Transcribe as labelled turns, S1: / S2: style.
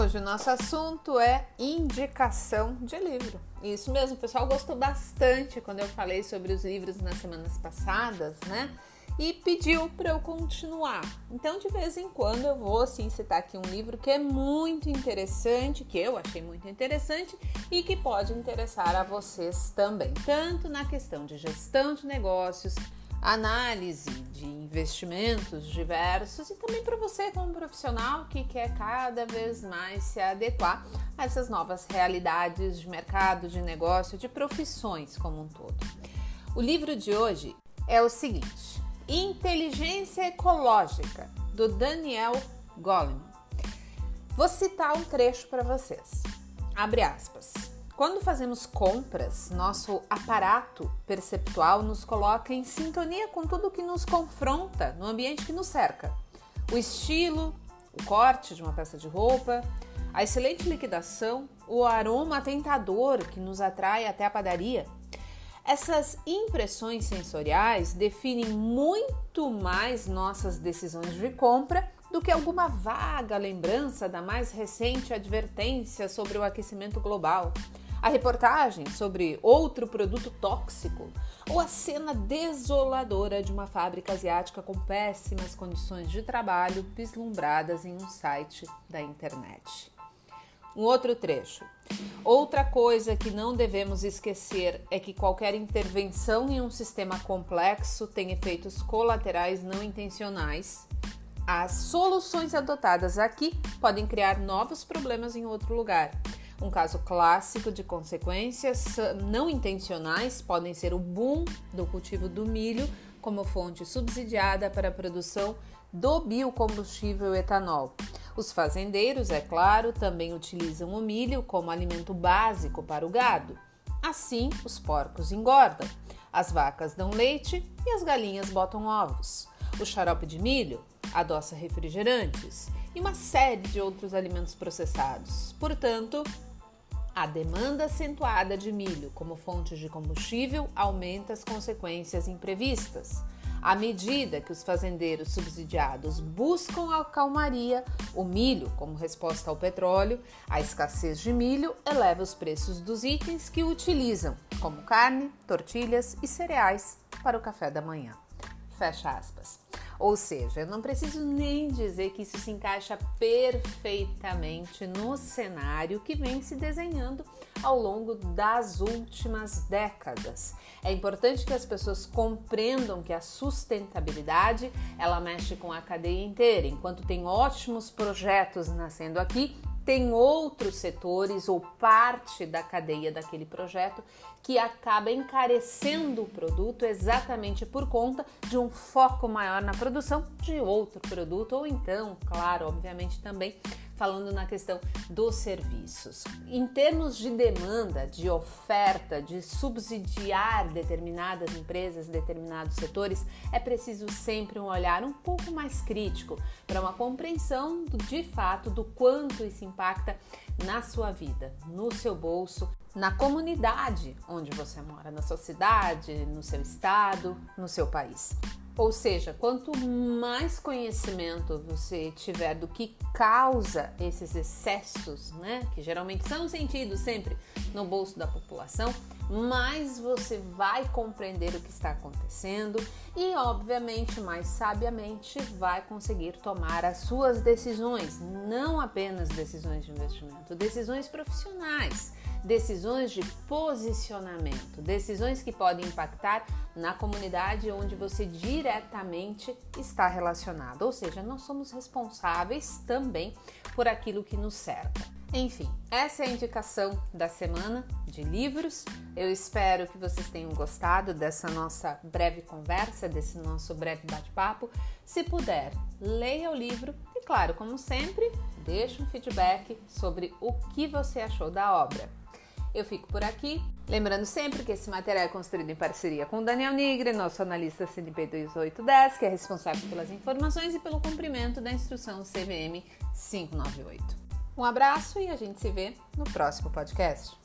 S1: Hoje o nosso assunto é indicação de livro. Isso mesmo, o pessoal gostou bastante quando eu falei sobre os livros nas semanas passadas, né? E pediu para eu continuar. Então, de vez em quando, eu vou sim citar aqui um livro que é muito interessante, que eu achei muito interessante e que pode interessar a vocês também, tanto na questão de gestão de negócios, análise de investimentos diversos e também para você como profissional que quer cada vez mais se adequar a essas novas realidades de mercado, de negócio, de profissões como um todo. O livro de hoje é o seguinte: Inteligência Ecológica, do Daniel Goleman. Vou citar um trecho para vocês. Abre aspas. Quando fazemos compras, nosso aparato perceptual nos coloca em sintonia com tudo que nos confronta no ambiente que nos cerca. O estilo, o corte de uma peça de roupa, a excelente liquidação, o aroma tentador que nos atrai até a padaria. Essas impressões sensoriais definem muito mais nossas decisões de compra do que alguma vaga lembrança da mais recente advertência sobre o aquecimento global, a reportagem sobre outro produto tóxico ou a cena desoladora de uma fábrica asiática com péssimas condições de trabalho vislumbradas em um site da internet. Um outro trecho. Outra coisa que não devemos esquecer é que qualquer intervenção em um sistema complexo tem efeitos colaterais não intencionais. As soluções adotadas aqui podem criar novos problemas em outro lugar. Um caso clássico de consequências não intencionais podem ser o boom do cultivo do milho como fonte subsidiada para a produção do biocombustível etanol. Os fazendeiros, é claro, também utilizam o milho como alimento básico para o gado. Assim, os porcos engordam, as vacas dão leite e as galinhas botam ovos. O xarope de milho adoça refrigerantes e uma série de outros alimentos processados. Portanto, a demanda acentuada de milho como fonte de combustível aumenta as consequências imprevistas. À medida que os fazendeiros subsidiados buscam a calmaria, o milho, como resposta ao petróleo, a escassez de milho eleva os preços dos itens que utilizam, como carne, tortilhas e cereais para o café da manhã. Fecha aspas. Ou seja, eu não preciso nem dizer que isso se encaixa perfeitamente no cenário que vem se desenhando ao longo das últimas décadas. É importante que as pessoas compreendam que a sustentabilidade, ela mexe com a cadeia inteira. Enquanto tem ótimos projetos nascendo aqui, tem outros setores ou parte da cadeia daquele projeto que acaba encarecendo o produto exatamente por conta de um foco maior na produção de outro produto ou então, claro, obviamente também falando na questão dos serviços. Em termos de demanda, de oferta, de subsidiar determinadas empresas, determinados setores, é preciso sempre um olhar um pouco mais crítico para uma compreensão de fato do quanto isso impacta na sua vida, no seu bolso, na comunidade onde você mora, na sua cidade, no seu estado, no seu país. Ou seja, quanto mais conhecimento você tiver do que causa esses excessos, né, que geralmente são sentidos sempre no bolso da população, mais você vai compreender o que está acontecendo e, obviamente, mais sabiamente vai conseguir tomar as suas decisões, não apenas decisões de investimento, decisões profissionais, decisões de posicionamento, decisões que podem impactar na comunidade onde você diretamente está relacionado. Ou seja, nós somos responsáveis também por aquilo que nos cerca. Enfim, essa é a indicação da semana de livros. Eu espero que vocês tenham gostado dessa nossa breve conversa, desse nosso breve bate-papo. Se puder, leia o livro e, claro, como sempre, deixe um feedback sobre o que você achou da obra. Eu fico por aqui, lembrando sempre que esse material é construído em parceria com o Daniel Nigre, nosso analista CNP 2810, que é responsável pelas informações e pelo cumprimento da instrução CVM 598. Um abraço e a gente se vê no próximo podcast.